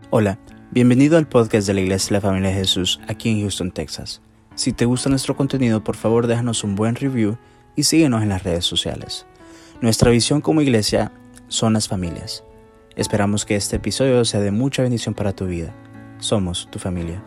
Hola, bienvenido al podcast de la Iglesia de la Familia de Jesús aquí en Houston, Texas. Si te gusta nuestro contenido, por favor déjanos un buen review y síguenos en las redes sociales. Nuestra visión como iglesia son las familias. Esperamos que este episodio sea de mucha bendición para tu vida. Somos tu familia.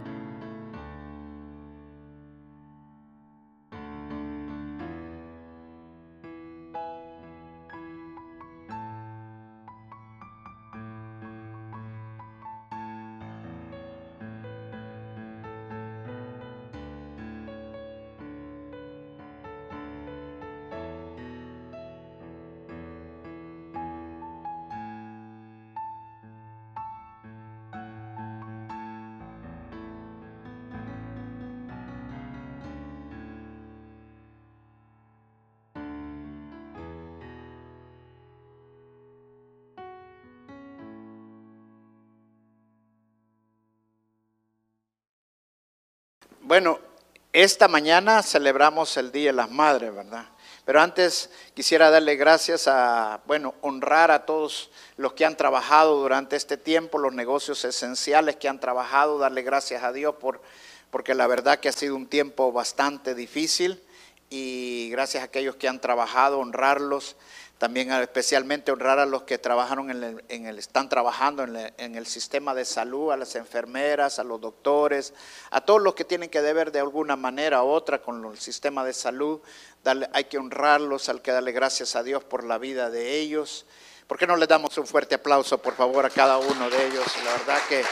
Bueno, esta mañana celebramos el Día de las Madres, ¿verdad? Pero antes quisiera darle gracias honrar a todos los que han trabajado durante este tiempo, los negocios esenciales que han trabajado, darle gracias a Dios porque la verdad que ha sido un tiempo bastante difícil y gracias a aquellos que han trabajado, honrarlos. También especialmente honrar a los que trabajaron están trabajando en el sistema de salud, a las enfermeras, a los doctores, a todos los que tienen que deber de alguna manera u otra con el sistema de salud. Hay que honrarlos, hay que darle gracias a Dios por la vida de ellos. ¿Por qué no les damos un fuerte aplauso, por favor, a cada uno de ellos? La verdad que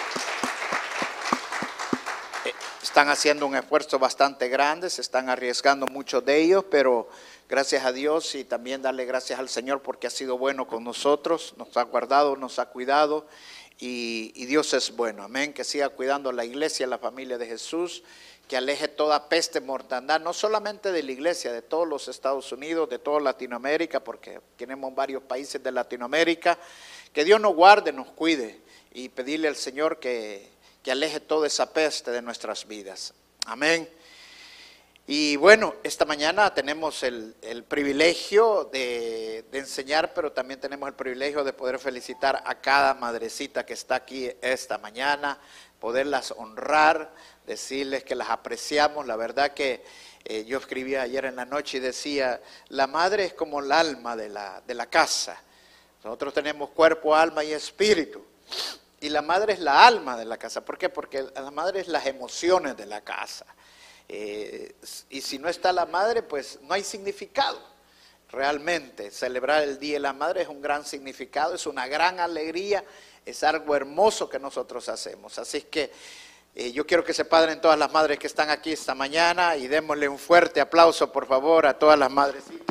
están haciendo un esfuerzo bastante grande, se están arriesgando muchos de ellos, pero gracias a Dios y también darle gracias al Señor porque ha sido bueno con nosotros, nos ha guardado, nos ha cuidado y Dios es bueno, amén, que siga cuidando a la iglesia, a la familia de Jesús, que aleje toda peste, mortandad, no solamente de la iglesia, de todos los Estados Unidos, de toda Latinoamérica, porque tenemos varios países de Latinoamérica, que Dios nos guarde, nos cuide y pedirle al Señor que aleje toda esa peste de nuestras vidas, amén. Y bueno, esta mañana tenemos el privilegio de enseñar, pero también tenemos el privilegio de poder felicitar a cada madrecita que está aquí esta mañana, poderlas honrar, decirles que las apreciamos. La verdad que yo escribí ayer en la noche y decía, la madre es como el alma de la casa. Nosotros tenemos cuerpo, alma y espíritu. Y la madre es la alma de la casa. ¿Por qué? Porque la madre es las emociones de la casa. Y si no está la madre, pues no hay significado. Realmente, celebrar el Día de la Madre es un gran significado, es una gran alegría, es algo hermoso que nosotros hacemos. Así que yo quiero que se padren todas las madres que están aquí esta mañana y démosle un fuerte aplauso, por favor, a todas las madrecitas.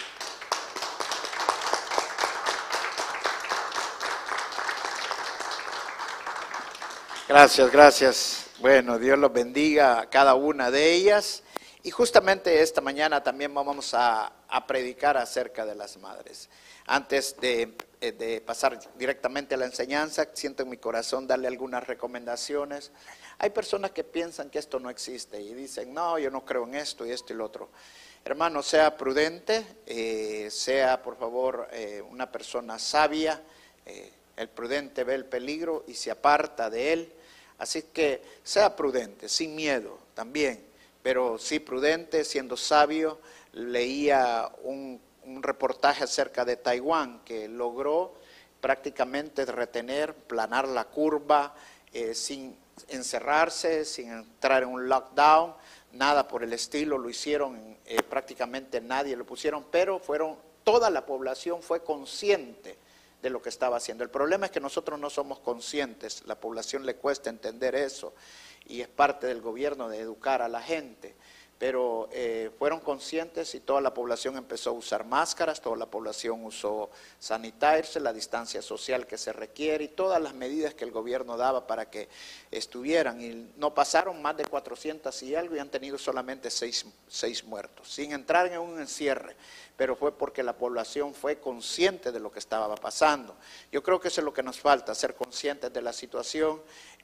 Gracias, gracias. Bueno, Dios los bendiga a cada una de ellas. Y justamente esta mañana también vamos a predicar acerca de las madres. Antes de pasar directamente a la enseñanza, siento en mi corazón darle algunas recomendaciones. Hay personas que piensan que esto no existe y dicen, no, yo no creo en esto y esto y lo otro. Hermano, sea prudente, sea por favor una persona sabia. El prudente ve el peligro y se aparta de él. Así que sea prudente, sin miedo también, pero sí prudente, siendo sabio. Leía un reportaje acerca de Taiwán que logró prácticamente retener, planar la curva sin encerrarse, sin entrar en un lockdown, nada por el estilo, lo hicieron, prácticamente nadie lo pusieron, pero toda la población fue consciente de lo que estaba haciendo. El problema es que nosotros no somos conscientes, la población le cuesta entender eso y es parte del gobierno de educar a la gente, pero fueron conscientes y toda la población empezó a usar máscaras, toda la población usó sanitizarse, la distancia social que se requiere y todas las medidas que el gobierno daba para que estuvieran, y no pasaron más de 400 y algo y han tenido solamente 6 muertos, sin entrar en un encierre, pero fue porque la población fue consciente de lo que estaba pasando. Yo creo que eso es lo que nos falta, ser conscientes de la situación,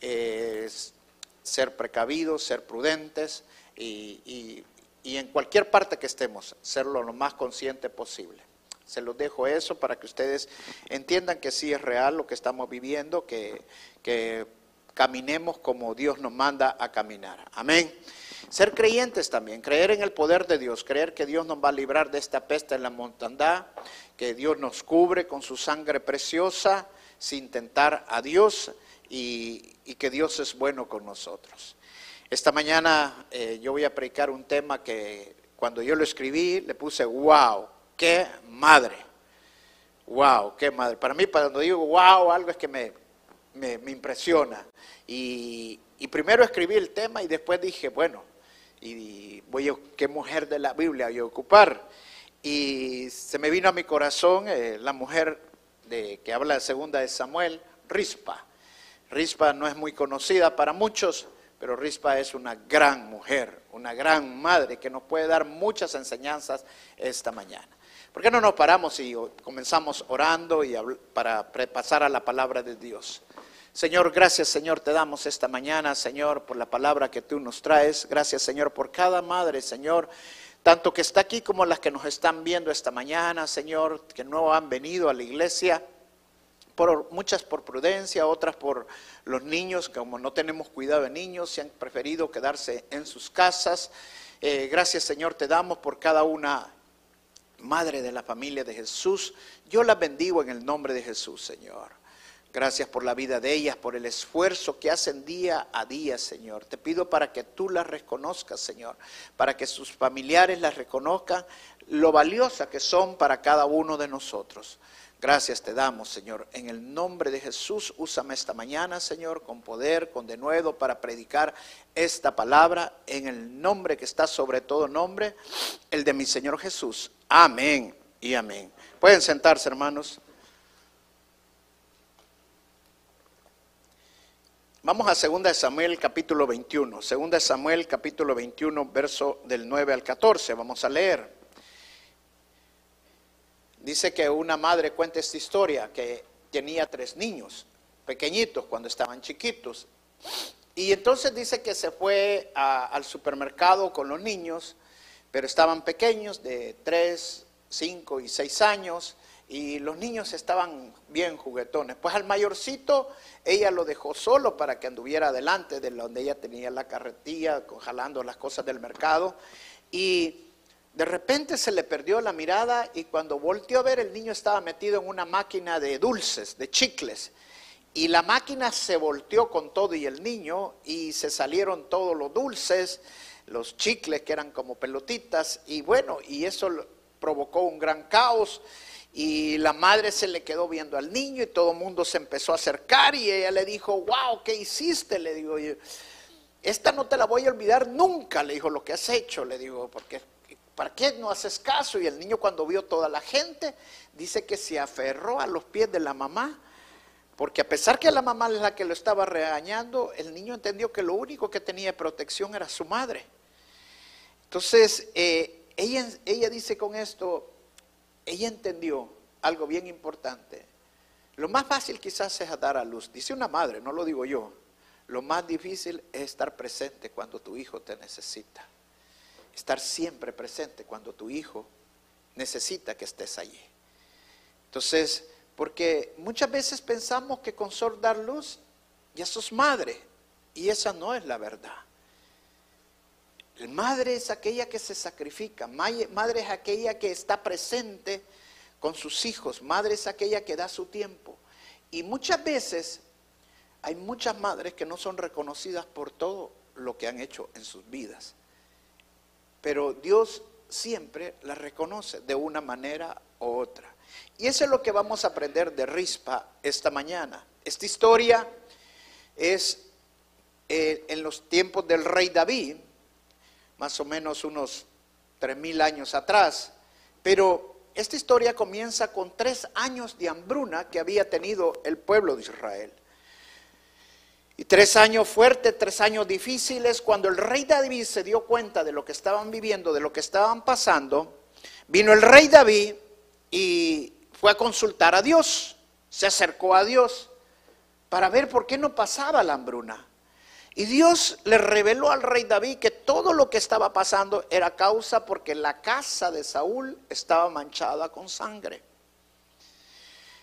ser precavidos, ser prudentes y en cualquier parte que estemos, serlo lo más consciente posible. Se los dejo eso para que ustedes entiendan que sí es real lo que estamos viviendo, que caminemos como Dios nos manda a caminar. Amén. Ser creyentes también, creer en el poder de Dios, creer que Dios nos va a librar de esta peste en la mortandad, que Dios nos cubre con su sangre preciosa, sin tentar a Dios y que Dios es bueno con nosotros. Esta mañana yo voy a predicar un tema que cuando yo lo escribí le puse wow, qué madre. Wow, qué madre. Para mí, cuando digo wow, algo es que me impresiona. Y primero escribí el tema y después dije, bueno, y qué mujer de la Biblia voy a ocupar. Y se me vino a mi corazón la mujer que habla de segunda de Samuel, Rispa. Rispa no es muy conocida para muchos, pero Rispa es una gran mujer, una gran madre que nos puede dar muchas enseñanzas esta mañana. ¿Por qué no nos paramos y comenzamos orando para pasar a la palabra de Dios? Señor, gracias Señor, te damos esta mañana, Señor, por la palabra que tú nos traes. Gracias Señor por cada madre, Señor, tanto que está aquí como las que nos están viendo esta mañana, Señor, que no han venido a la iglesia. Muchas por prudencia, otras por los niños, como no tenemos cuidado de niños, se han preferido quedarse en sus casas. Gracias Señor, te damos por cada una madre de la familia de Jesús. Yo las bendigo en el nombre de Jesús, Señor. Gracias por la vida de ellas, por el esfuerzo que hacen día a día, Señor. Te pido para que tú las reconozcas, Señor, para que sus familiares las reconozcan, lo valiosa que son para cada uno de nosotros. Gracias te damos, Señor. En el nombre de Jesús, úsame esta mañana, Señor, con poder, con denuedo, para predicar esta palabra, en el nombre que está sobre todo nombre, el de mi Señor Jesús. Amén y amén. Pueden sentarse, hermanos. Vamos a 2 Samuel capítulo 21. 2 Samuel capítulo 21, verso del 9 al 14. Vamos a leer. Dice que una madre cuenta esta historia, que tenía 3 niños, pequeñitos, cuando estaban chiquitos. Y entonces dice que se fue al supermercado con los niños, pero estaban pequeños, de 3, 5 y 6 años, y los niños estaban bien juguetones. Pues al mayorcito ella lo dejó solo para que anduviera adelante de donde ella tenía la carretilla, jalando las cosas del mercado, y de repente se le perdió la mirada y cuando volteó a ver, el niño estaba metido en una máquina de dulces, de chicles, y la máquina se volteó con todo y el niño, y se salieron todos los dulces, los chicles que eran como pelotitas, y bueno, y eso provocó un gran caos. Y la madre se le quedó viendo al niño y todo el mundo se empezó a acercar y ella le dijo, wow, ¿qué hiciste? Le digo, esta no te la voy a olvidar nunca, le dijo, lo que has hecho, le digo, porque ¿para qué no haces caso? Y el niño, cuando vio toda la gente, dice que se aferró a los pies de la mamá, porque a pesar que la mamá es la que lo estaba regañando, el niño entendió que lo único que tenía de protección era su madre. Entonces, ella dice con esto, ella entendió algo bien importante. Lo más fácil quizás es dar a luz. Dice una madre, no lo digo yo. Lo más difícil es estar presente cuando tu hijo te necesita. Estar siempre presente cuando tu hijo necesita que estés allí. Entonces, porque muchas veces pensamos que con solo dar luz ya sos madre. Y esa no es la verdad. Madre es aquella que se sacrifica, madre es aquella que está presente con sus hijos, madre es aquella que da su tiempo. Y muchas veces hay muchas madres que no son reconocidas por todo lo que han hecho en sus vidas. Pero Dios siempre las reconoce de una manera u otra. Y eso es lo que vamos a aprender de Rispa esta mañana. Esta historia es en los tiempos del rey David, más o menos unos 3000 años atrás, pero esta historia comienza con 3 años de hambruna que había tenido el pueblo de Israel. Y 3 años fuertes, 3 años difíciles. Cuando el rey David se dio cuenta de lo que estaban viviendo, de lo que estaban pasando, vino el rey David y fue a consultar a Dios, se acercó a Dios para ver por qué no pasaba la hambruna. Y Dios le reveló al rey David que todo lo que estaba pasando era causa porque la casa de Saúl estaba manchada con sangre.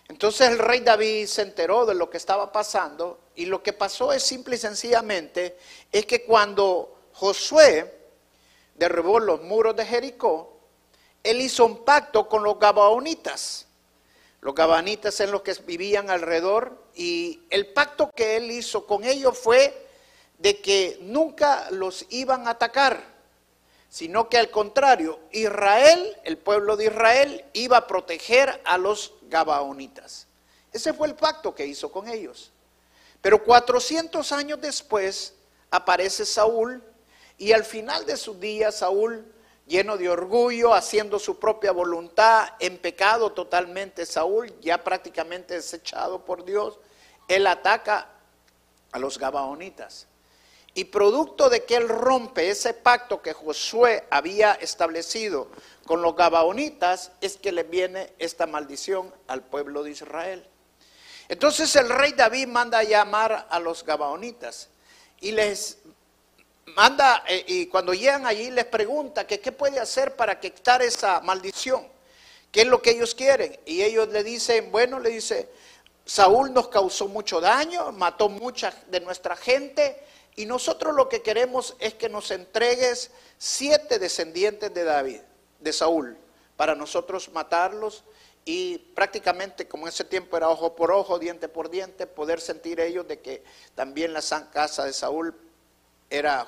Entonces el rey David se enteró de lo que estaba pasando, y lo que pasó es simple y sencillamente es que cuando Josué derribó los muros de Jericó, él hizo un pacto con los gabaonitas. Los gabaonitas en los que vivían alrededor, y el pacto que él hizo con ellos fue de que nunca los iban a atacar, sino que al contrario, Israel, el pueblo de Israel, iba a proteger a los gabaonitas. Ese fue el pacto que hizo con ellos. Pero 400 años después aparece Saúl, y al final de sus días Saúl, lleno de orgullo, haciendo su propia voluntad, en pecado totalmente, Saúl, ya prácticamente desechado por Dios, él ataca a los gabaonitas. Y producto de que él rompe ese pacto que Josué había establecido con los gabaonitas, es que le viene esta maldición al pueblo de Israel. Entonces el rey David manda a llamar a los gabaonitas y les manda, y cuando llegan allí les pregunta que qué puede hacer para quitar esa maldición, qué es lo que ellos quieren. Y ellos le dicen, bueno, le dice, Saúl nos causó mucho daño, mató mucha de nuestra gente, y nosotros lo que queremos es que nos entregues 7 descendientes de David, de Saúl, para nosotros matarlos, y prácticamente como en ese tiempo era ojo por ojo, diente por diente, poder sentir ellos de que también la casa de Saúl era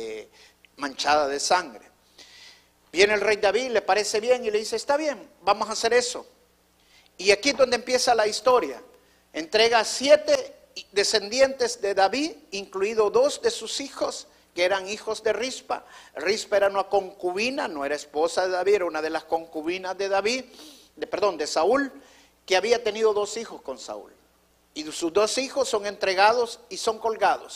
manchada de sangre. Viene el rey David, le parece bien y le dice, está bien, vamos a hacer eso. Y aquí es donde empieza la historia. Entrega 7 descendientes de David, incluidos 2 de sus hijos, que eran hijos de Rispa. Rispa era una concubina, no era esposa de David, era una de las concubinas de David, de Saúl, que había tenido 2 hijos con Saúl. Y sus 2 hijos son entregados y son colgados.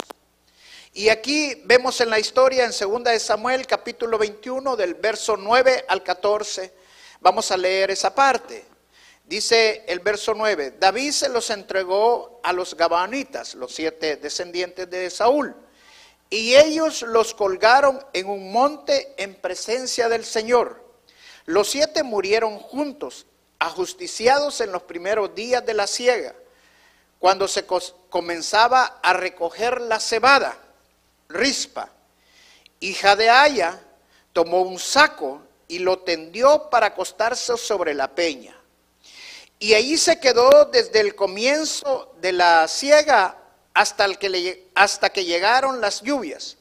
Y aquí vemos en la historia, en 2 de Samuel, capítulo 21, del verso 9 al 14, vamos a leer esa parte. Dice el verso 9, David se los entregó a los gabaonitas, los 7 descendientes de Saúl, y ellos los colgaron en un monte en presencia del Señor. Los 7 murieron juntos, ajusticiados en los primeros días de la siega, cuando se comenzaba a recoger la cebada. Rispa, hija de Aya, tomó un saco y lo tendió para acostarse sobre la peña. Y allí se quedó desde el comienzo de la siega hasta que llegaron las lluvias.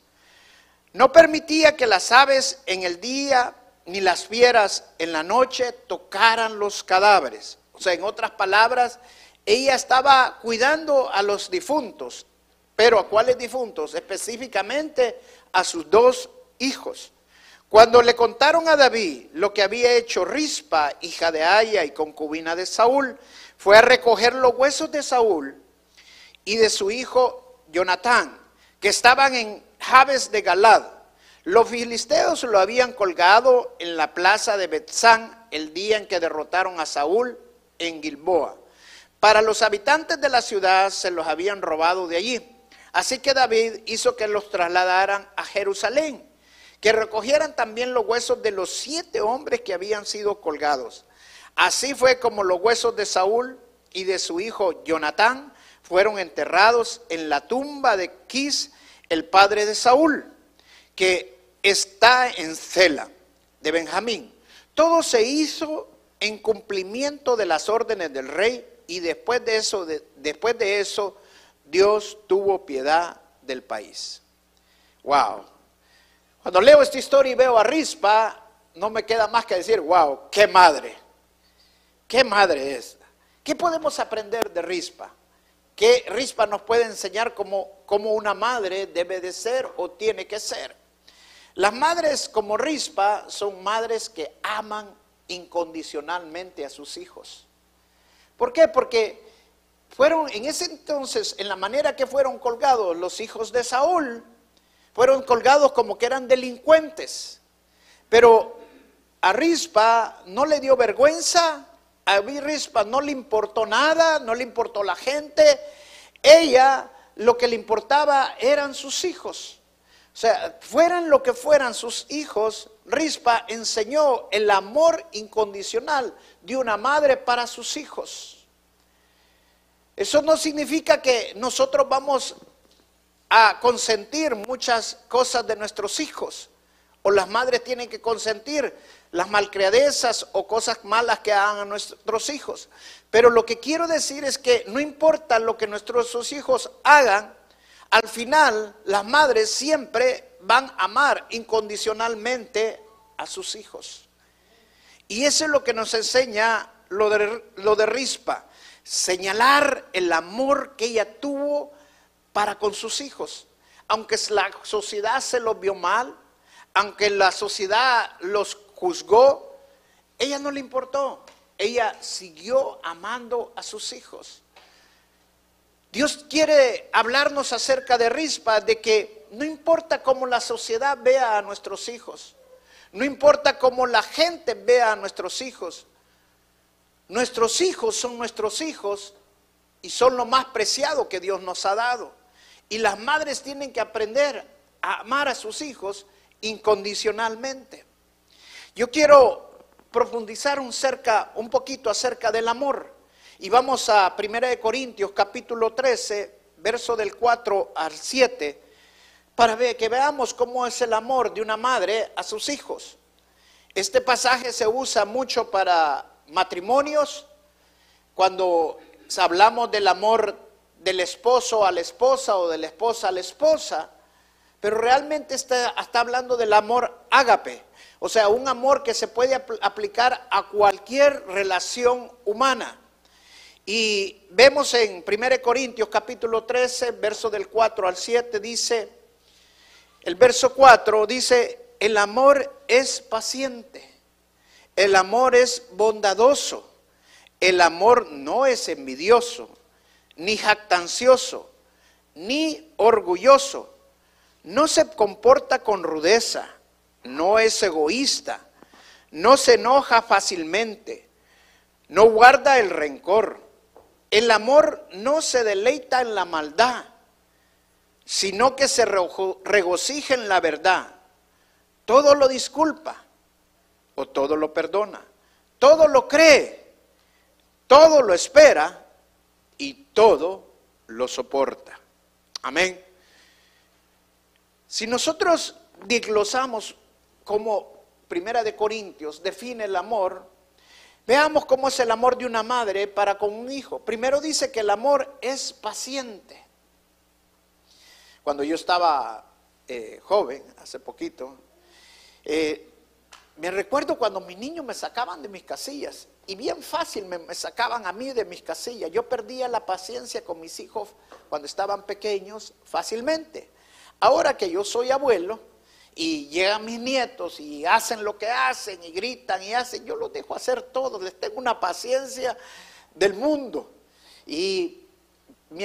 No permitía que las aves en el día ni las fieras en la noche tocaran los cadáveres. O sea, en otras palabras, ella estaba cuidando a los difuntos. ¿Pero a cuáles difuntos? Específicamente a sus 2 hijos. Cuando le contaron a David lo que había hecho Rispa, hija de Aya y concubina de Saúl, fue a recoger los huesos de Saúl y de su hijo Jonatán, que estaban en Jabes de Galad. Los filisteos lo habían colgado en la plaza de Betzán el día en que derrotaron a Saúl en Gilboa. Para los habitantes de la ciudad se los habían robado de allí. Así que David hizo que los trasladaran a Jerusalén, que recogieran también los huesos de los 7 hombres que habían sido colgados. Así fue como los huesos de Saúl y de su hijo Jonatán fueron enterrados en la tumba de Quis, el padre de Saúl, que está en Sela de Benjamín. Todo se hizo en cumplimiento de las órdenes del rey, y después de eso, Dios tuvo piedad del país. Wow. Cuando leo esta historia y veo a Rispa, no me queda más que decir, wow, qué madre. ¿Qué madre es? ¿Qué podemos aprender de Rispa? ¿Qué Rispa nos puede enseñar cómo una madre debe de ser o tiene que ser? Las madres como Rispa son madres que aman incondicionalmente a sus hijos. ¿Por qué? Porque fueron en ese entonces, en la manera que fueron colgados los hijos de Saúl, fueron colgados como que eran delincuentes. Pero a Rispa no le dio vergüenza, a Rispa no le importó nada, no le importó la gente. Ella, lo que le importaba eran sus hijos. O sea, fueran lo que fueran sus hijos, Rispa enseñó el amor incondicional de una madre para sus hijos. Eso no significa que nosotros vamos a consentir muchas cosas de nuestros hijos, o las madres tienen que consentir las malcriadezas o cosas malas que hagan a nuestros hijos. Pero lo que quiero decir es que no importa lo que nuestros hijos hagan, al final las madres siempre van a amar incondicionalmente a sus hijos. Y eso es lo que nos enseña lo de Rispa, señalar el amor que ella tuvo para con sus hijos. Aunque la sociedad se los vio mal, aunque la sociedad los juzgó, ella no le importó. Ella siguió amando a sus hijos. Dios quiere hablarnos acerca de Rispa, de que no importa cómo la sociedad vea a nuestros hijos, no importa cómo la gente vea a nuestros hijos son nuestros hijos y son lo más preciado que Dios nos ha dado. Y las madres tienen que aprender a amar a sus hijos incondicionalmente. Yo quiero profundizar un poquito acerca del amor. Y vamos a 1 Corintios capítulo 13, verso del 4 al 7, para que veamos cómo es el amor de una madre a sus hijos. Este pasaje se usa mucho para matrimonios, cuando hablamos del amor del esposo a la esposa o de la esposa a la esposa, pero realmente está hablando del amor ágape, o sea, un amor que se puede aplicar a cualquier relación humana. Y vemos en 1 Corintios capítulo 13, verso del 4 al 7, dice, el verso 4 dice, el amor es paciente, el amor es bondadoso, el amor no es envidioso, ni jactancioso, ni orgulloso, no se comporta con rudeza, no es egoísta, no se enoja fácilmente, no guarda el rencor. El amor no se deleita en la maldad, sino que se regocija en la verdad. Todo lo disculpa o todo lo perdona, todo lo cree, todo lo espera y todo lo soporta. Amén. Si nosotros desglosamos como 1 Corintios define el amor, veamos cómo es el amor de una madre para con un hijo. Primero dice que el amor es paciente. Cuando yo estaba joven, hace poquito, me recuerdo cuando mis niños me sacaban de mis casillas, y bien fácil me sacaban a mí de mis casillas. Yo perdía la paciencia con mis hijos cuando estaban pequeños fácilmente. Ahora que yo soy abuelo y llegan mis nietos y hacen lo que hacen y gritan y hacen, yo los dejo hacer todo, les tengo una paciencia del mundo. Y mi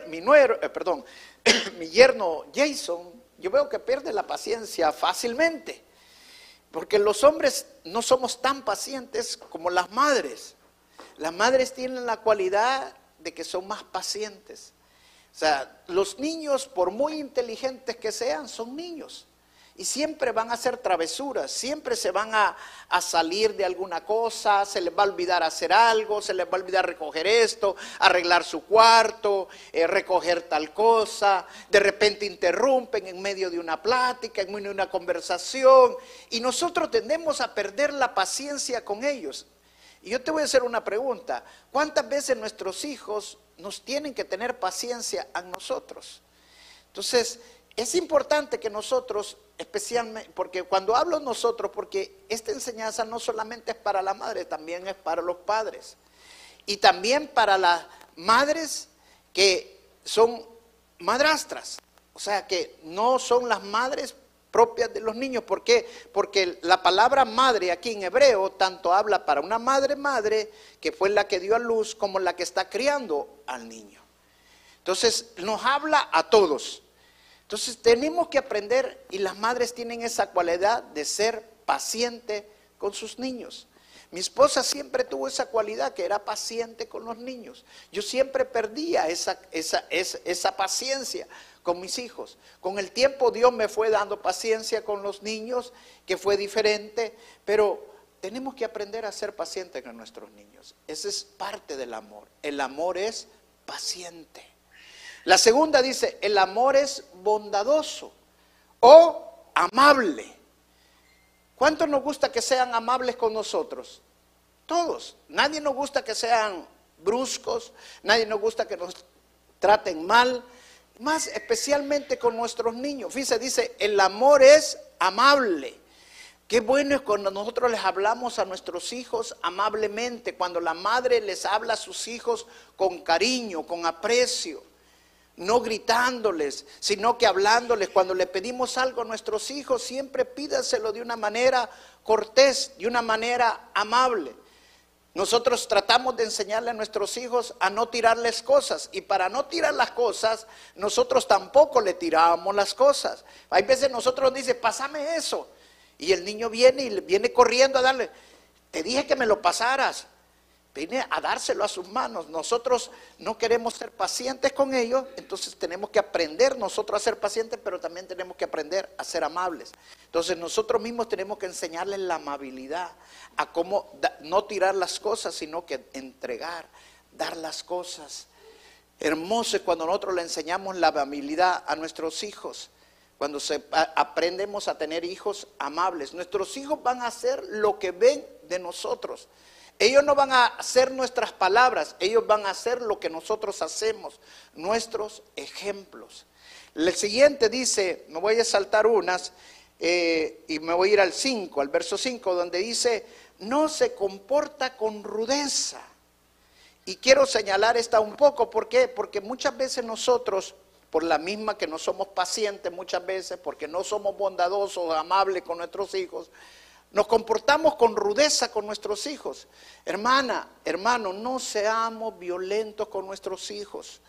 yerno Jason, yo veo que pierde la paciencia fácilmente, porque los hombres no somos tan pacientes como las madres. Las madres tienen la cualidad de que son más pacientes. O sea, los niños, por muy inteligentes que sean, son niños. Y siempre van a hacer travesuras, siempre se van a salir de alguna cosa, se les va a olvidar hacer algo, se les va a olvidar recoger esto, arreglar su cuarto, recoger tal cosa, de repente interrumpen en medio de una plática, en medio de una conversación, y nosotros tendemos a perder la paciencia con ellos. Y yo te voy a hacer una pregunta, ¿cuántas veces nuestros hijos nos tienen que tener paciencia a nosotros? Entonces, es importante que nosotros, especialmente, porque cuando hablo nosotros, porque esta enseñanza no solamente es para la madre, también es para los padres. Y también para las madres que son madrastras, o sea que no son las madres propias de los niños. ¿Por qué? Porque la palabra madre aquí en hebreo tanto habla para una madre que fue la que dio a luz, como la que está criando al niño. Entonces nos habla a todos. Entonces tenemos que aprender, y las madres tienen esa cualidad de ser paciente con sus niños. Mi esposa siempre tuvo esa cualidad, que era paciente con los niños. Yo siempre perdía esa paciencia con mis hijos. Con el tiempo Dios me fue dando paciencia con los niños, que fue diferente, pero tenemos que aprender a ser pacientes con nuestros niños. Esa es parte del amor. El amor es paciente. La segunda dice, el amor es bondadoso o amable. ¿Cuántos nos gusta que sean amables con nosotros? Todos. Nadie nos gusta que sean bruscos, nadie nos gusta que nos traten mal, más especialmente con nuestros niños. Fíjese, dice, el amor es amable. Qué bueno es cuando nosotros les hablamos a nuestros hijos amablemente, cuando la madre les habla a sus hijos con cariño, con aprecio, no gritándoles, sino que hablándoles. Cuando le pedimos algo a nuestros hijos, siempre pídaselo de una manera cortés, de una manera amable. Nosotros tratamos de enseñarle a nuestros hijos a no tirarles cosas, y para no tirar las cosas, nosotros tampoco le tirábamos las cosas. Hay veces nosotros nos dice, pásame eso, y el niño viene y viene corriendo a darle, te dije que me lo pasaras, viene a dárselo a sus manos. Nosotros no queremos ser pacientes con ellos, entonces tenemos que aprender nosotros a ser pacientes, pero también tenemos que aprender a ser amables. Entonces nosotros mismos tenemos que enseñarles la amabilidad, a cómo no tirar las cosas, sino que entregar, dar las cosas. Hermoso es cuando nosotros le enseñamos la amabilidad a nuestros hijos, cuando aprendemos a tener hijos amables. Nuestros hijos van a hacer lo que ven de nosotros. Ellos no van a hacer nuestras palabras, ellos van a hacer lo que nosotros hacemos, nuestros ejemplos. El siguiente dice, me voy a saltar unas y me voy a ir al 5, al verso 5, donde dice, no se comporta con rudeza. Y quiero señalar esta un poco, ¿por qué? Porque muchas veces nosotros, por la misma que no somos pacientes muchas veces, porque no somos bondadosos, amables con nuestros hijos, nos comportamos con rudeza con nuestros hijos. Hermana, hermano, no seamos violentos con nuestros hijos.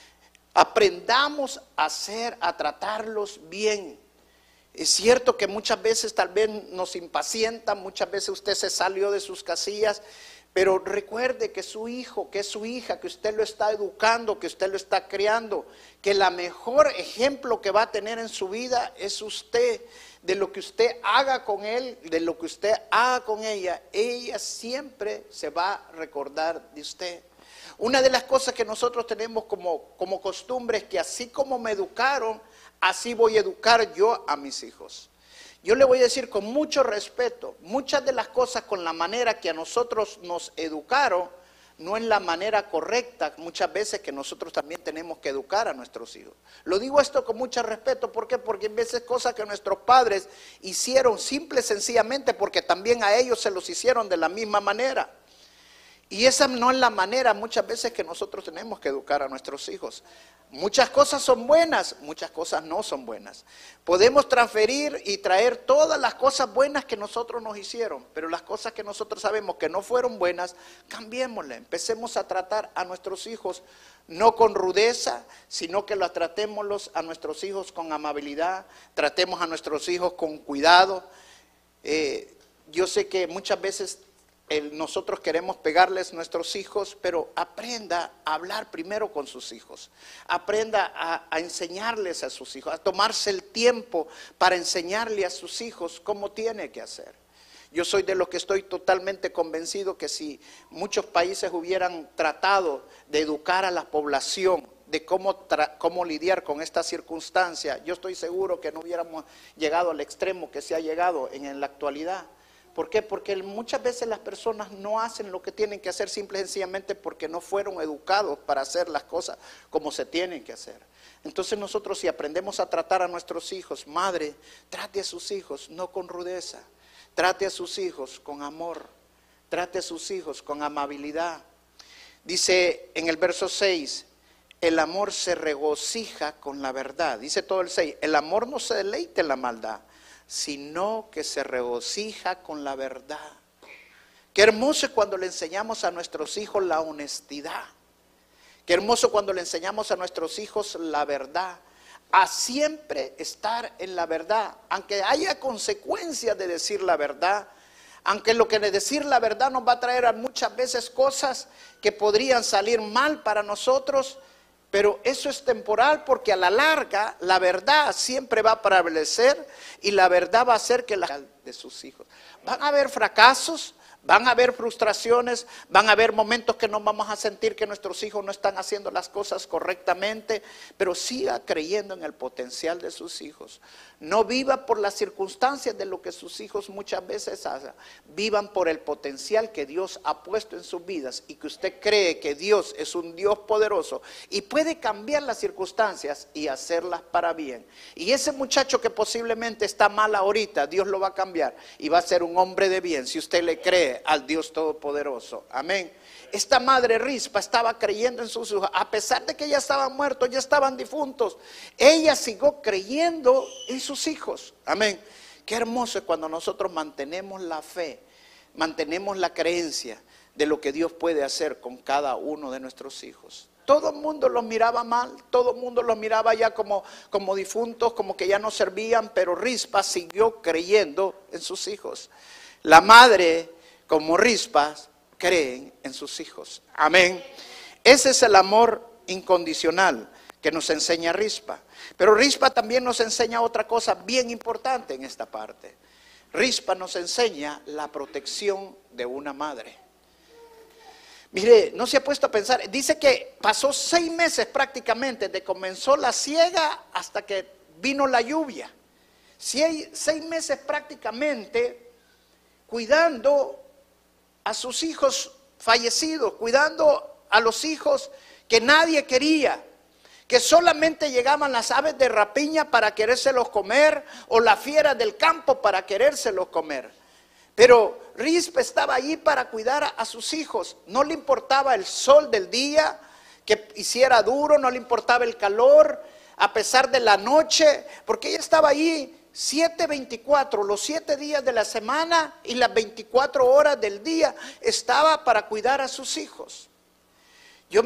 Aprendamos a tratarlos bien. Es cierto que muchas veces tal vez nos impacientan, muchas veces usted se salió de sus casillas, pero recuerde que su hijo, que es su hija, que usted lo está educando, que usted lo está criando, que el mejor ejemplo que va a tener en su vida es usted. De lo que usted haga con él, de lo que usted haga con ella siempre se va a recordar de usted. Una de las cosas que nosotros tenemos como costumbre es que así como me educaron, así voy a educar yo a mis hijos. Yo le voy a decir con mucho respeto, muchas de las cosas con la manera que a nosotros nos educaron, no es la manera correcta muchas veces que nosotros también tenemos que educar a nuestros hijos. Lo digo esto con mucho respeto, ¿por qué? Porque en veces cosas que nuestros padres hicieron simple y sencillamente porque también a ellos se los hicieron de la misma manera. Y esa no es la manera muchas veces que nosotros tenemos que educar a nuestros hijos. Muchas cosas son buenas, muchas cosas no son buenas. Podemos transferir y traer todas las cosas buenas que nosotros nos hicieron, pero las cosas que nosotros sabemos que no fueron buenas, cambiémoslas. Empecemos a tratar a nuestros hijos no con rudeza, sino que los tratemos a nuestros hijos con amabilidad, tratemos a nuestros hijos con cuidado. Yo sé que muchas veces nosotros queremos pegarles a nuestros hijos, pero aprenda a hablar primero con sus hijos. Aprenda a enseñarles a sus hijos, a tomarse el tiempo para enseñarle a sus hijos cómo tiene que hacer. Yo soy de los que estoy totalmente convencido que si muchos países hubieran tratado de educar a la población de cómo lidiar con esta circunstancia, yo estoy seguro que no hubiéramos llegado al extremo que se ha llegado en la actualidad. ¿Por qué? Porque muchas veces las personas no hacen lo que tienen que hacer simple y sencillamente porque no fueron educados para hacer las cosas como se tienen que hacer. Entonces nosotros, si aprendemos a tratar a nuestros hijos, madre, trate a sus hijos no con rudeza, trate a sus hijos con amor, trate a sus hijos con amabilidad. Dice en el verso 6, el amor se regocija con la verdad. Dice todo el 6, el amor no se deleita en la maldad, sino que se regocija con la verdad. Qué hermoso es cuando le enseñamos a nuestros hijos la honestidad. Qué hermoso cuando le enseñamos a nuestros hijos la verdad. A siempre estar en la verdad, aunque haya consecuencias de decir la verdad, aunque lo que de decir la verdad nos va a traer a muchas veces cosas que podrían salir mal para nosotros. Pero eso es temporal porque a la larga la verdad siempre va a prevalecer y la verdad va a hacer que de sus hijos. Van a haber fracasos, Van a haber frustraciones, van a haber momentos que nos vamos a sentir que nuestros hijos no están haciendo las cosas correctamente, pero siga creyendo en el potencial de sus hijos. No viva por las circunstancias de lo que sus hijos muchas veces hacen. Vivan por el potencial que Dios ha puesto en sus vidas y que usted cree que Dios es un Dios poderoso y puede cambiar las circunstancias y hacerlas para bien. Y ese muchacho que posiblemente está mal ahorita, Dios lo va a cambiar y va a ser un hombre de bien si usted le cree al Dios Todopoderoso. Amén. Esta madre Rispa estaba creyendo en sus hijos, a pesar de que ya estaban muertos, ya estaban difuntos, ella siguió creyendo en sus hijos. Amén. Qué hermoso es cuando nosotros mantenemos la fe, mantenemos la creencia de lo que Dios puede hacer con cada uno de nuestros hijos. Todo el mundo los miraba mal, todo el mundo los miraba ya como difuntos, como que ya no servían, pero Rispa siguió creyendo en sus hijos. La madre, como Rispa, creen en sus hijos. Amén. Ese es el amor incondicional que nos enseña Rispa. Pero Rispa también nos enseña otra cosa bien importante en esta parte. Rispa nos enseña la protección de una madre. Mire, no se ha puesto a pensar, dice que pasó 6 meses prácticamente, desde que comenzó la siega hasta que vino la lluvia. 6 meses prácticamente cuidando a sus hijos fallecidos, cuidando a los hijos que nadie quería, que solamente llegaban las aves de rapiña para querérselos comer o las fieras del campo para querérselos comer. Pero Rispa estaba allí para cuidar a sus hijos. No le importaba el sol del día, que hiciera duro, no le importaba el calor, a pesar de la noche, porque ella estaba allí 7/24, los 7 días de la semana y las 24 horas del día, estaba para cuidar a sus hijos. Yo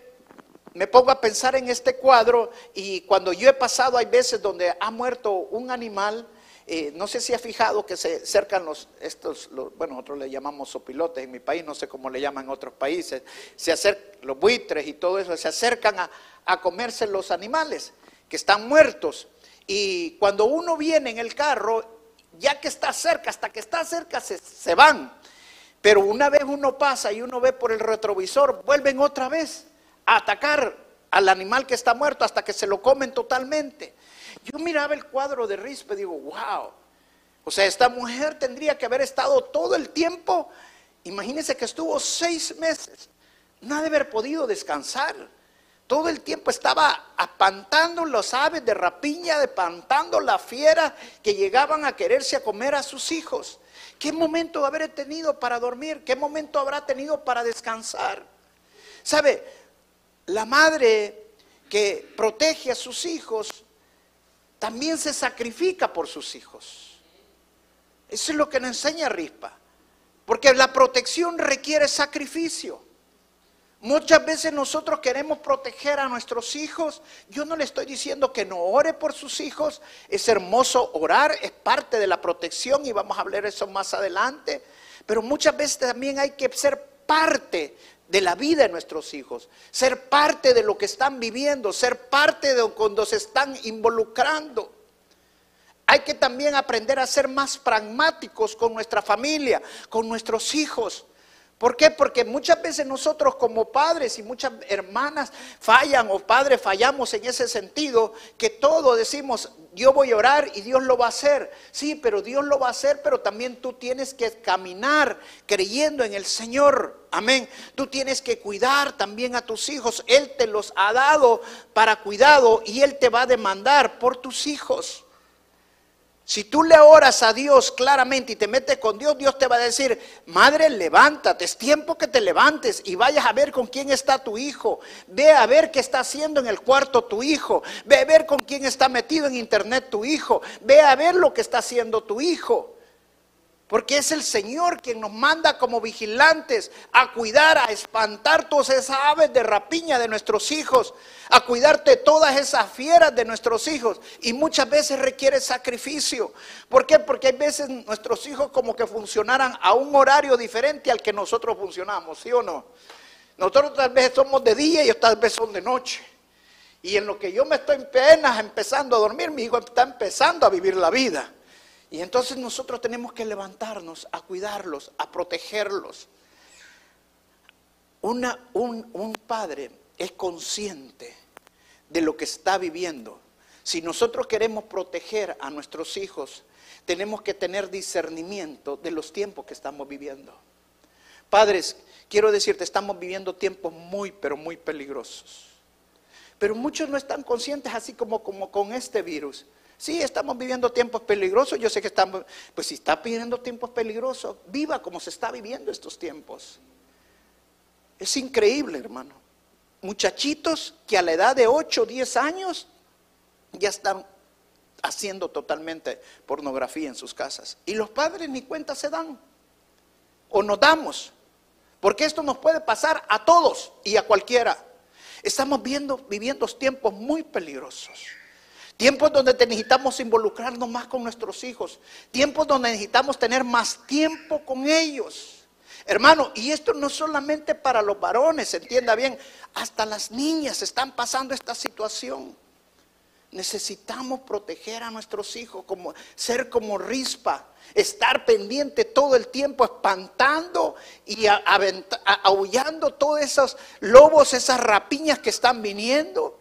me pongo a pensar en este cuadro y cuando yo he pasado, hay veces donde ha muerto un animal, no sé si ha fijado que se acercan los, bueno, nosotros le llamamos sopilotes en mi país, no sé cómo le llaman en otros países, se acercan los buitres y todo eso, se acercan a comerse los animales que están muertos. Y cuando uno viene en el carro, ya que está cerca, hasta que está cerca se van. Pero una vez uno pasa y uno ve por el retrovisor, vuelven otra vez a atacar al animal que está muerto hasta que se lo comen totalmente. Yo miraba el cuadro de Rispa y digo, wow. O sea, esta mujer tendría que haber estado todo el tiempo, imagínense que estuvo 6 meses, no ha de haber podido descansar. Todo el tiempo estaba apantando las aves de rapiña, apantando las fieras que llegaban a quererse a comer a sus hijos. ¿Qué momento habrá tenido para dormir? ¿Qué momento habrá tenido para descansar? ¿Sabe? La madre que protege a sus hijos también se sacrifica por sus hijos. Eso es lo que nos enseña Rispa. Porque la protección requiere sacrificio. Muchas veces nosotros queremos proteger a nuestros hijos. Yo no le estoy diciendo que no ore por sus hijos. Es hermoso orar, es parte de la protección y vamos a hablar de eso más adelante. Pero muchas veces también hay que ser parte de la vida de nuestros hijos, ser parte de lo que están viviendo, ser parte de cuando se están involucrando. Hay que también aprender a ser más pragmáticos con nuestra familia, con nuestros hijos. ¿Por qué? Porque muchas veces nosotros como padres y muchas hermanas fallan o padres fallamos en ese sentido, que todo decimos, yo voy a orar y Dios lo va a hacer. Sí, pero Dios lo va a hacer, pero también tú tienes que caminar creyendo en el Señor. Amén. Tú tienes que cuidar también a tus hijos. Él te los ha dado para cuidado y Él te va a demandar por tus hijos. Si tú le oras a Dios claramente y te metes con Dios, Dios te va a decir, madre, levántate, es tiempo que te levantes y vayas a ver con quién está tu hijo. Ve a ver qué está haciendo en el cuarto tu hijo. Ve a ver con quién está metido en internet tu hijo. Ve a ver lo que está haciendo tu hijo. Porque es el Señor quien nos manda como vigilantes a cuidar, a espantar todas esas aves de rapiña de nuestros hijos, a cuidarte todas esas fieras de nuestros hijos. Y muchas veces requiere sacrificio. ¿Por qué? Porque hay veces nuestros hijos como que funcionaran a un horario diferente al que nosotros funcionamos, ¿sí o no? Nosotros tal vez somos de día y ellos tal vez son de noche. Y en lo que yo me estoy apenas empezando a dormir, mi hijo está empezando a vivir la vida. Y entonces nosotros tenemos que levantarnos a cuidarlos, a protegerlos. Un padre es consciente de lo que está viviendo. Si nosotros queremos proteger a nuestros hijos, tenemos que tener discernimiento de los tiempos que estamos viviendo. Padres, quiero decirte, estamos viviendo tiempos muy, pero muy peligrosos. Pero muchos no están conscientes, así como con este virus. Sí, estamos viviendo tiempos peligrosos. Yo sé que estamos, pues si está viviendo tiempos peligrosos, viva como se está viviendo estos tiempos. Es increíble, hermano. Muchachitos que a la edad de 8 o 10 años ya están haciendo totalmente pornografía en sus casas. Y los padres ni cuenta se dan. O nos damos. Porque esto nos puede pasar a todos y a cualquiera. Estamos viviendo tiempos muy peligrosos. Tiempos donde necesitamos involucrarnos más con nuestros hijos. Tiempos donde necesitamos tener más tiempo con ellos. Hermano, y esto no solamente para los varones, entienda bien, hasta las niñas están pasando esta situación. Necesitamos proteger a nuestros hijos, ser como Rispa, estar pendiente todo el tiempo, espantando y aullando todos esos lobos, esas rapiñas que están viniendo.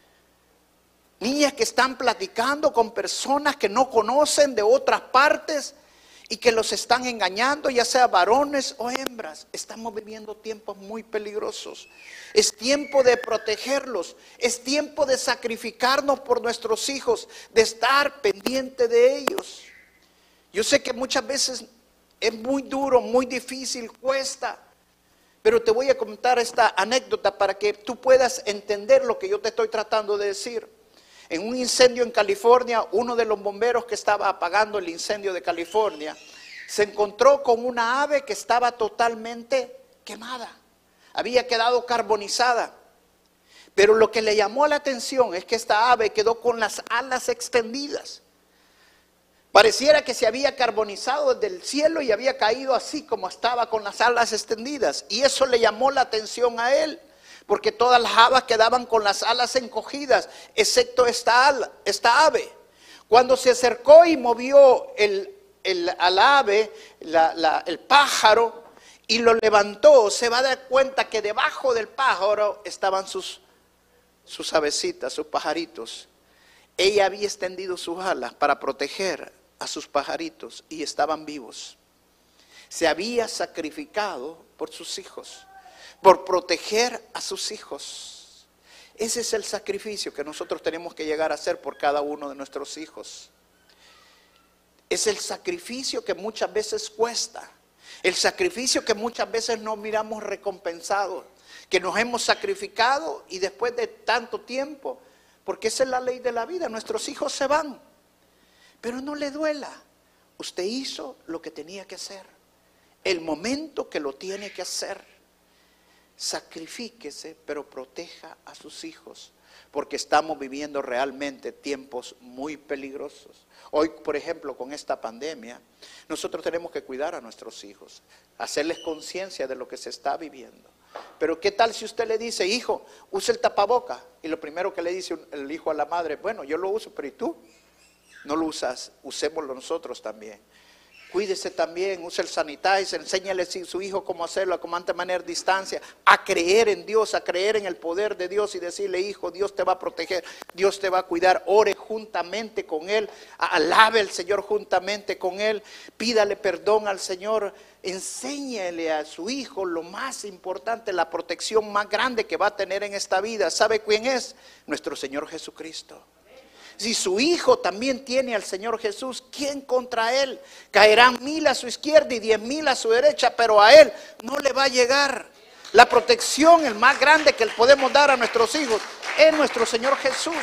Niñas que están platicando con personas que no conocen de otras partes y que los están engañando, ya sea varones o hembras. Estamos viviendo tiempos muy peligrosos. Es tiempo de protegerlos, es tiempo de sacrificarnos por nuestros hijos, de estar pendiente de ellos. Yo sé que muchas veces es muy duro, muy difícil, cuesta, pero te voy a contar esta anécdota para que tú puedas entender lo que yo te estoy tratando de decir. En un incendio en California, uno de los bomberos que estaba apagando el incendio de California se encontró con una ave que estaba totalmente quemada. Había quedado carbonizada. Pero lo que le llamó la atención es que esta ave quedó con las alas extendidas. Pareciera que se había carbonizado desde el cielo y había caído así como estaba con las alas extendidas. Y eso le llamó la atención a él. Porque todas las habas quedaban con las alas encogidas, excepto esta ave. Cuando se acercó y movió al ave, el pájaro, y lo levantó, se va a dar cuenta que debajo del pájaro estaban sus avecitas, sus pajaritos. Ella había extendido sus alas para proteger a sus pajaritos y estaban vivos. Se había sacrificado por sus hijos, por proteger a sus hijos. Ese es el sacrificio que nosotros tenemos que llegar a hacer por cada uno de nuestros hijos. Es el sacrificio que muchas veces cuesta. El sacrificio que muchas veces no miramos recompensado. Que nos hemos sacrificado y después de tanto tiempo, porque esa es la ley de la vida, nuestros hijos se van. Pero no le duela. Usted hizo lo que tenía que hacer. El momento que lo tiene que hacer. Sacrifíquese, pero proteja a sus hijos, porque estamos viviendo realmente tiempos muy peligrosos. Hoy, por ejemplo, con esta pandemia, nosotros tenemos que cuidar a nuestros hijos, hacerles conciencia de lo que se está viviendo. Pero ¿qué tal si usted le dice, hijo, use el tapaboca? Y lo primero que le dice el hijo a la madre, bueno, yo lo uso, pero ¿y tú? No lo usas, usémoslo nosotros también. Cuídese también, use el sanitizer, enséñale a su hijo cómo hacerlo, cómo mantener distancia, a creer en Dios, a creer en el poder de Dios y decirle, hijo, Dios te va a proteger, Dios te va a cuidar, ore juntamente con Él, alabe al Señor juntamente con Él, pídale perdón al Señor, enséñale a su hijo lo más importante, la protección más grande que va a tener en esta vida. ¿Sabe quién es? Nuestro Señor Jesucristo. Si su hijo también tiene al Señor Jesús, ¿quién contra él? Caerán 1000 a su izquierda y 10,000 a su derecha, pero a él no le va a llegar. La protección, el más grande que le podemos dar a nuestros hijos, es nuestro Señor Jesús.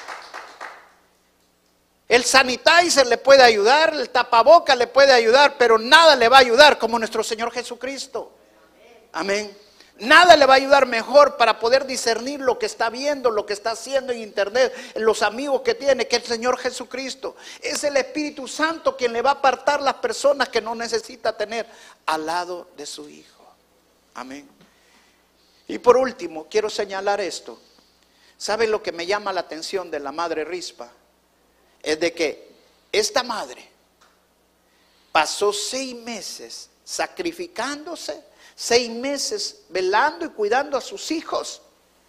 El sanitizer le puede ayudar, el tapaboca le puede ayudar, pero nada le va a ayudar como nuestro Señor Jesucristo. Amén. Nada le va a ayudar mejor para poder discernir lo que está viendo, lo que está haciendo en internet, los amigos que tiene, que el Señor Jesucristo. Es el Espíritu Santo quien le va a apartar las personas que no necesita tener al lado de su Hijo. Amén. Y por último, quiero señalar esto. ¿Sabe lo que me llama la atención de la madre Rispa? Es de que esta madre pasó 6 meses sacrificándose, 6 meses velando y cuidando a sus hijos.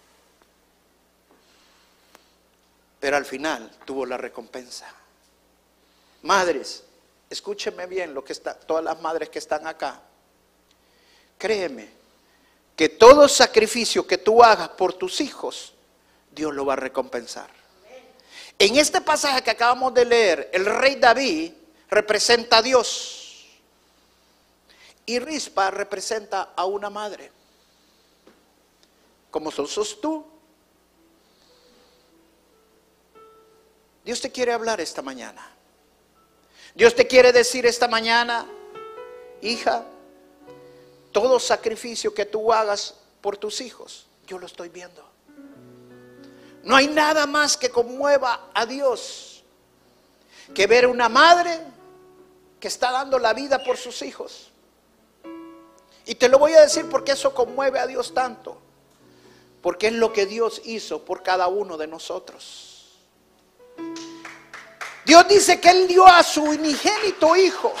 Pero al final tuvo la recompensa. Madres, escúchenme bien, todas las madres que están acá. Créeme que todo sacrificio que tú hagas por tus hijos, Dios lo va a recompensar. En este pasaje que acabamos de leer, el rey David representa a Dios y Rispa representa a una madre, como sos tú. Dios te quiere hablar esta mañana. Dios te quiere decir esta mañana: hija, todo sacrificio que tú hagas por tus hijos, yo lo estoy viendo. No hay nada más que conmueva a Dios que ver una madre que está dando la vida por sus hijos. Y te lo voy a decir porque eso conmueve a Dios tanto, porque es lo que Dios hizo por cada uno de nosotros. Dios dice que Él dio a su unigénito Hijo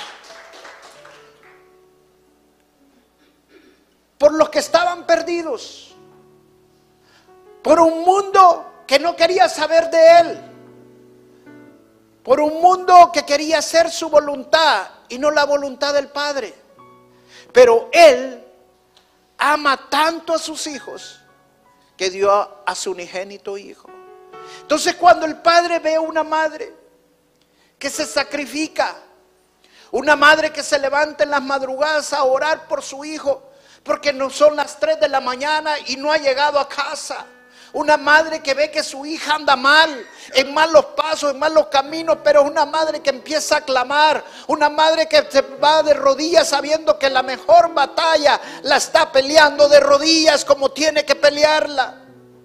por los que estaban perdidos, por un mundo que no quería saber de Él, por un mundo que quería hacer su voluntad y no la voluntad del Padre. Pero Él ama tanto a sus hijos que dio a su unigénito Hijo. Entonces, cuando el Padre ve a una madre que se sacrifica, una madre que se levanta en las madrugadas a orar por su hijo porque no son las 3 de la mañana y no ha llegado a casa, una madre que ve que su hija anda mal, en malos pasos, en malos caminos, pero es una madre que empieza a clamar, una madre que se va de rodillas sabiendo que la mejor batalla la está peleando de rodillas como tiene que pelearla.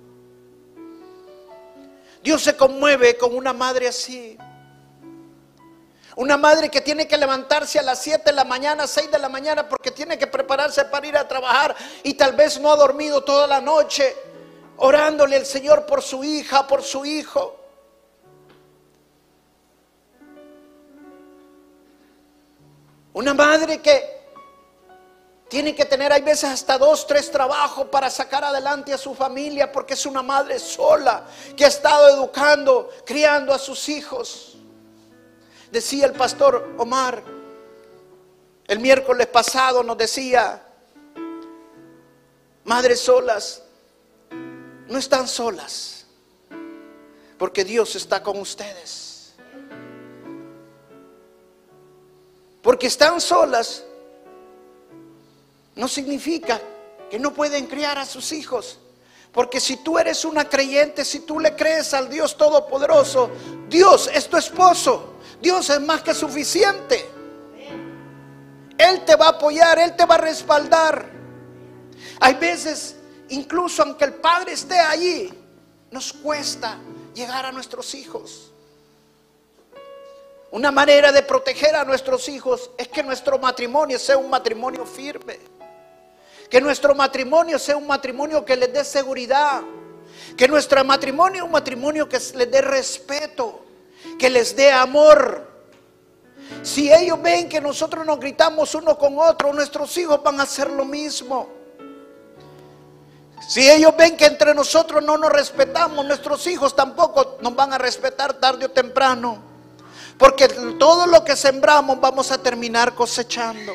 Dios se conmueve con una madre así. Una madre que tiene que levantarse a las 7 de la mañana, 6 de la mañana, porque tiene que prepararse para ir a trabajar y tal vez no ha dormido toda la noche, orándole al Señor por su hija, por su hijo. Una madre que tiene que tener, hay veces hasta 2, 3 trabajos para sacar adelante a su familia, porque es una madre sola que ha estado educando, criando a sus hijos. Decía el pastor Omar el miércoles pasado, nos decía: madres solas no están solas, porque Dios está con ustedes. Porque están solas no significa que no pueden criar a sus hijos. Porque si tú eres una creyente, si tú le crees al Dios Todopoderoso, Dios es tu esposo. Dios es más que suficiente. Él te va a apoyar, Él te va a respaldar. Hay veces, incluso aunque el Padre esté allí, nos cuesta llegar a nuestros hijos. Una manera de proteger a nuestros hijos es que nuestro matrimonio sea un matrimonio firme. Que nuestro matrimonio sea un matrimonio que les dé seguridad. Que nuestro matrimonio sea un matrimonio que les dé respeto, que les dé amor. Si ellos ven que nosotros nos gritamos uno con otro, nuestros hijos van a hacer lo mismo. Si ellos ven que entre nosotros no nos respetamos, nuestros hijos tampoco nos van a respetar tarde o temprano. Porque todo lo que sembramos vamos a terminar cosechando.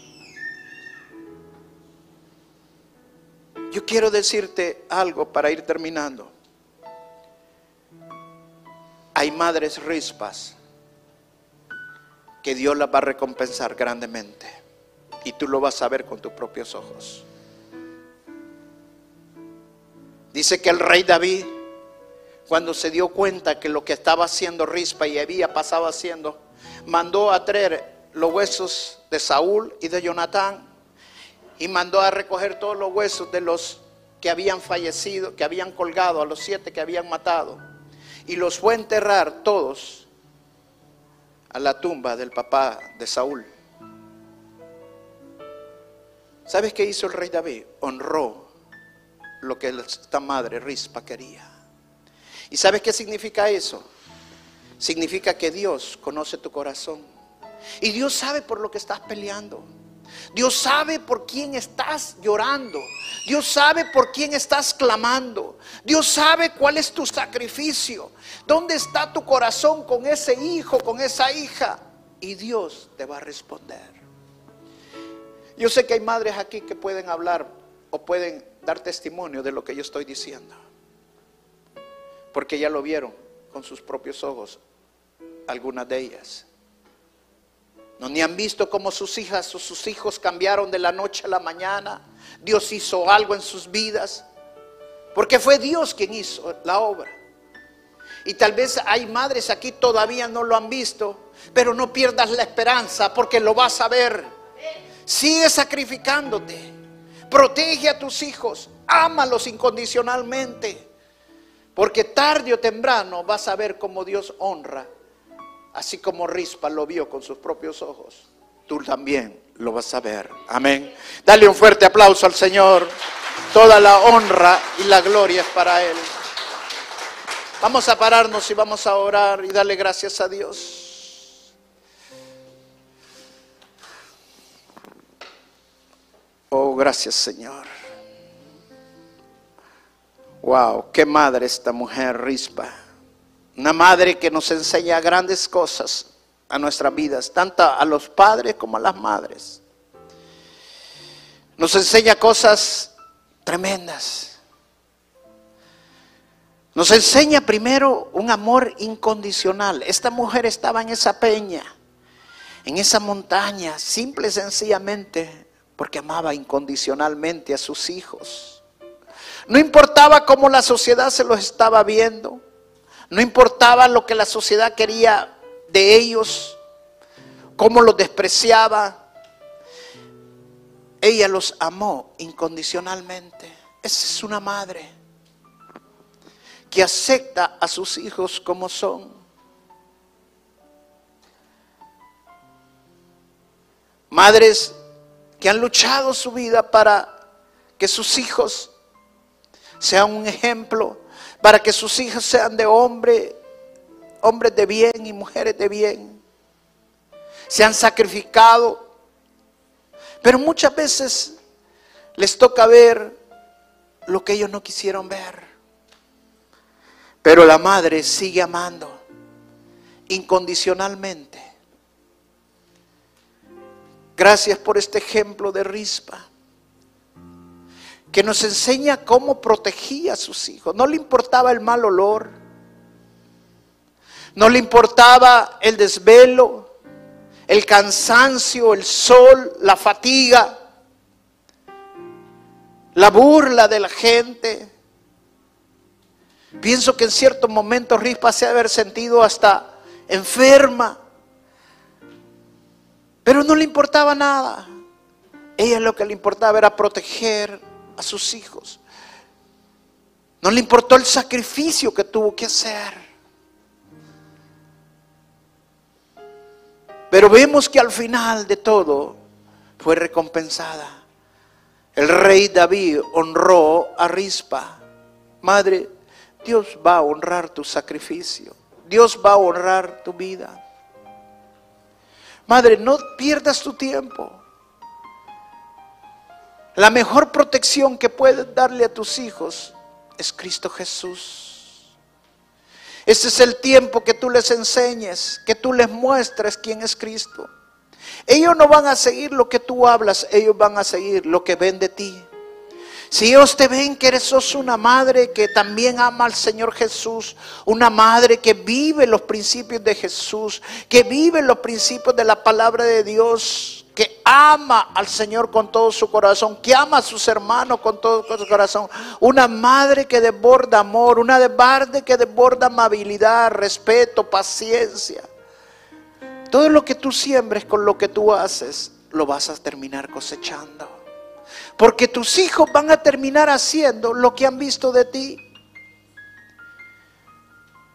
Yo quiero decirte algo para ir terminando. Hay madres rispas que Dios las va a recompensar grandemente, y tú lo vas a ver con tus propios ojos. Dice que el rey David, cuando se dio cuenta que lo que estaba haciendo Rispa y había pasado haciendo, mandó a traer los huesos de Saúl y de Jonatán, y mandó a recoger todos los huesos de los que habían fallecido, que habían colgado, a los 7 que habían matado, y los fue a enterrar todos a la tumba del papá de Saúl. ¿Sabes qué hizo el rey David? Honró lo que esta madre Rispa quería. ¿Y sabes qué significa eso? Significa que Dios conoce tu corazón. Y Dios sabe por lo que estás peleando. Dios sabe por quién estás llorando. Dios sabe por quién estás clamando. Dios sabe cuál es tu sacrificio. ¿Dónde está tu corazón con ese hijo, con esa hija? Y Dios te va a responder. Yo sé que hay madres aquí que pueden hablar o pueden dar testimonio de lo que yo estoy diciendo, porque ya lo vieron con sus propios ojos, algunas de ellas. No, ni han visto cómo sus hijas o sus hijos cambiaron de la noche a la mañana. Dios hizo algo en sus vidas, porque fue Dios quien hizo la obra. Y tal vez hay madres aquí todavía no lo han visto, pero no pierdas la esperanza, porque lo vas a ver. Sigue sacrificándote, protege a tus hijos, ámalos incondicionalmente, porque tarde o temprano vas a ver cómo Dios honra. Así como Rispa lo vio con sus propios ojos, tú también lo vas a ver. Amén. Dale un fuerte aplauso al Señor. Toda la honra y la gloria es para Él. Vamos a pararnos y vamos a orar y darle gracias a Dios. Oh, gracias, Señor. Wow, qué madre esta mujer, Rispa. Una madre que nos enseña grandes cosas a nuestras vidas, tanto a los padres como a las madres. Nos enseña cosas tremendas. Nos enseña primero un amor incondicional. Esta mujer estaba en esa peña, en esa montaña, simple y sencillamente porque amaba incondicionalmente a sus hijos. No importaba cómo la sociedad se los estaba viendo. No importaba lo que la sociedad quería de ellos, cómo los despreciaba. Ella los amó incondicionalmente. Esa es una madre que acepta a sus hijos como son. Madres que han luchado su vida para que sus hijos sean un ejemplo, para que sus hijos sean de hombres de bien y mujeres de bien. Se han sacrificado, pero muchas veces les toca ver lo que ellos no quisieron ver. Pero la madre sigue amando incondicionalmente. Gracias por este ejemplo de Rispa, que nos enseña cómo protegía a sus hijos. No le importaba el mal olor, no le importaba el desvelo, el cansancio, el sol, la fatiga, la burla de la gente. Pienso que en ciertos momentos Rispa se ha de haber sentido hasta enferma, pero no le importaba nada. Ella lo que le importaba era proteger a sus hijos. No le importó el sacrificio que tuvo que hacer. Pero vemos que al final de todo fue recompensada. El rey David honró a Rispa. Madre, Dios va a honrar tu sacrificio. Dios va a honrar tu vida. Madre, no pierdas tu tiempo. La mejor protección que puedes darle a tus hijos es Cristo Jesús. Este es el tiempo que tú les enseñes, que tú les muestres quién es Cristo. Ellos no van a seguir lo que tú hablas, ellos van a seguir lo que ven de ti. Si ellos te ven que sos una madre que también ama al Señor Jesús, una madre que vive los principios de Jesús, que vive los principios de la palabra de Dios, que ama al Señor con todo su corazón, que ama a sus hermanos con todo su corazón, una madre que desborda amor, una madre que desborda amabilidad, respeto, paciencia. Todo lo que tú siembres con lo que tú haces, lo vas a terminar cosechando. Porque tus hijos van a terminar haciendo lo que han visto de ti.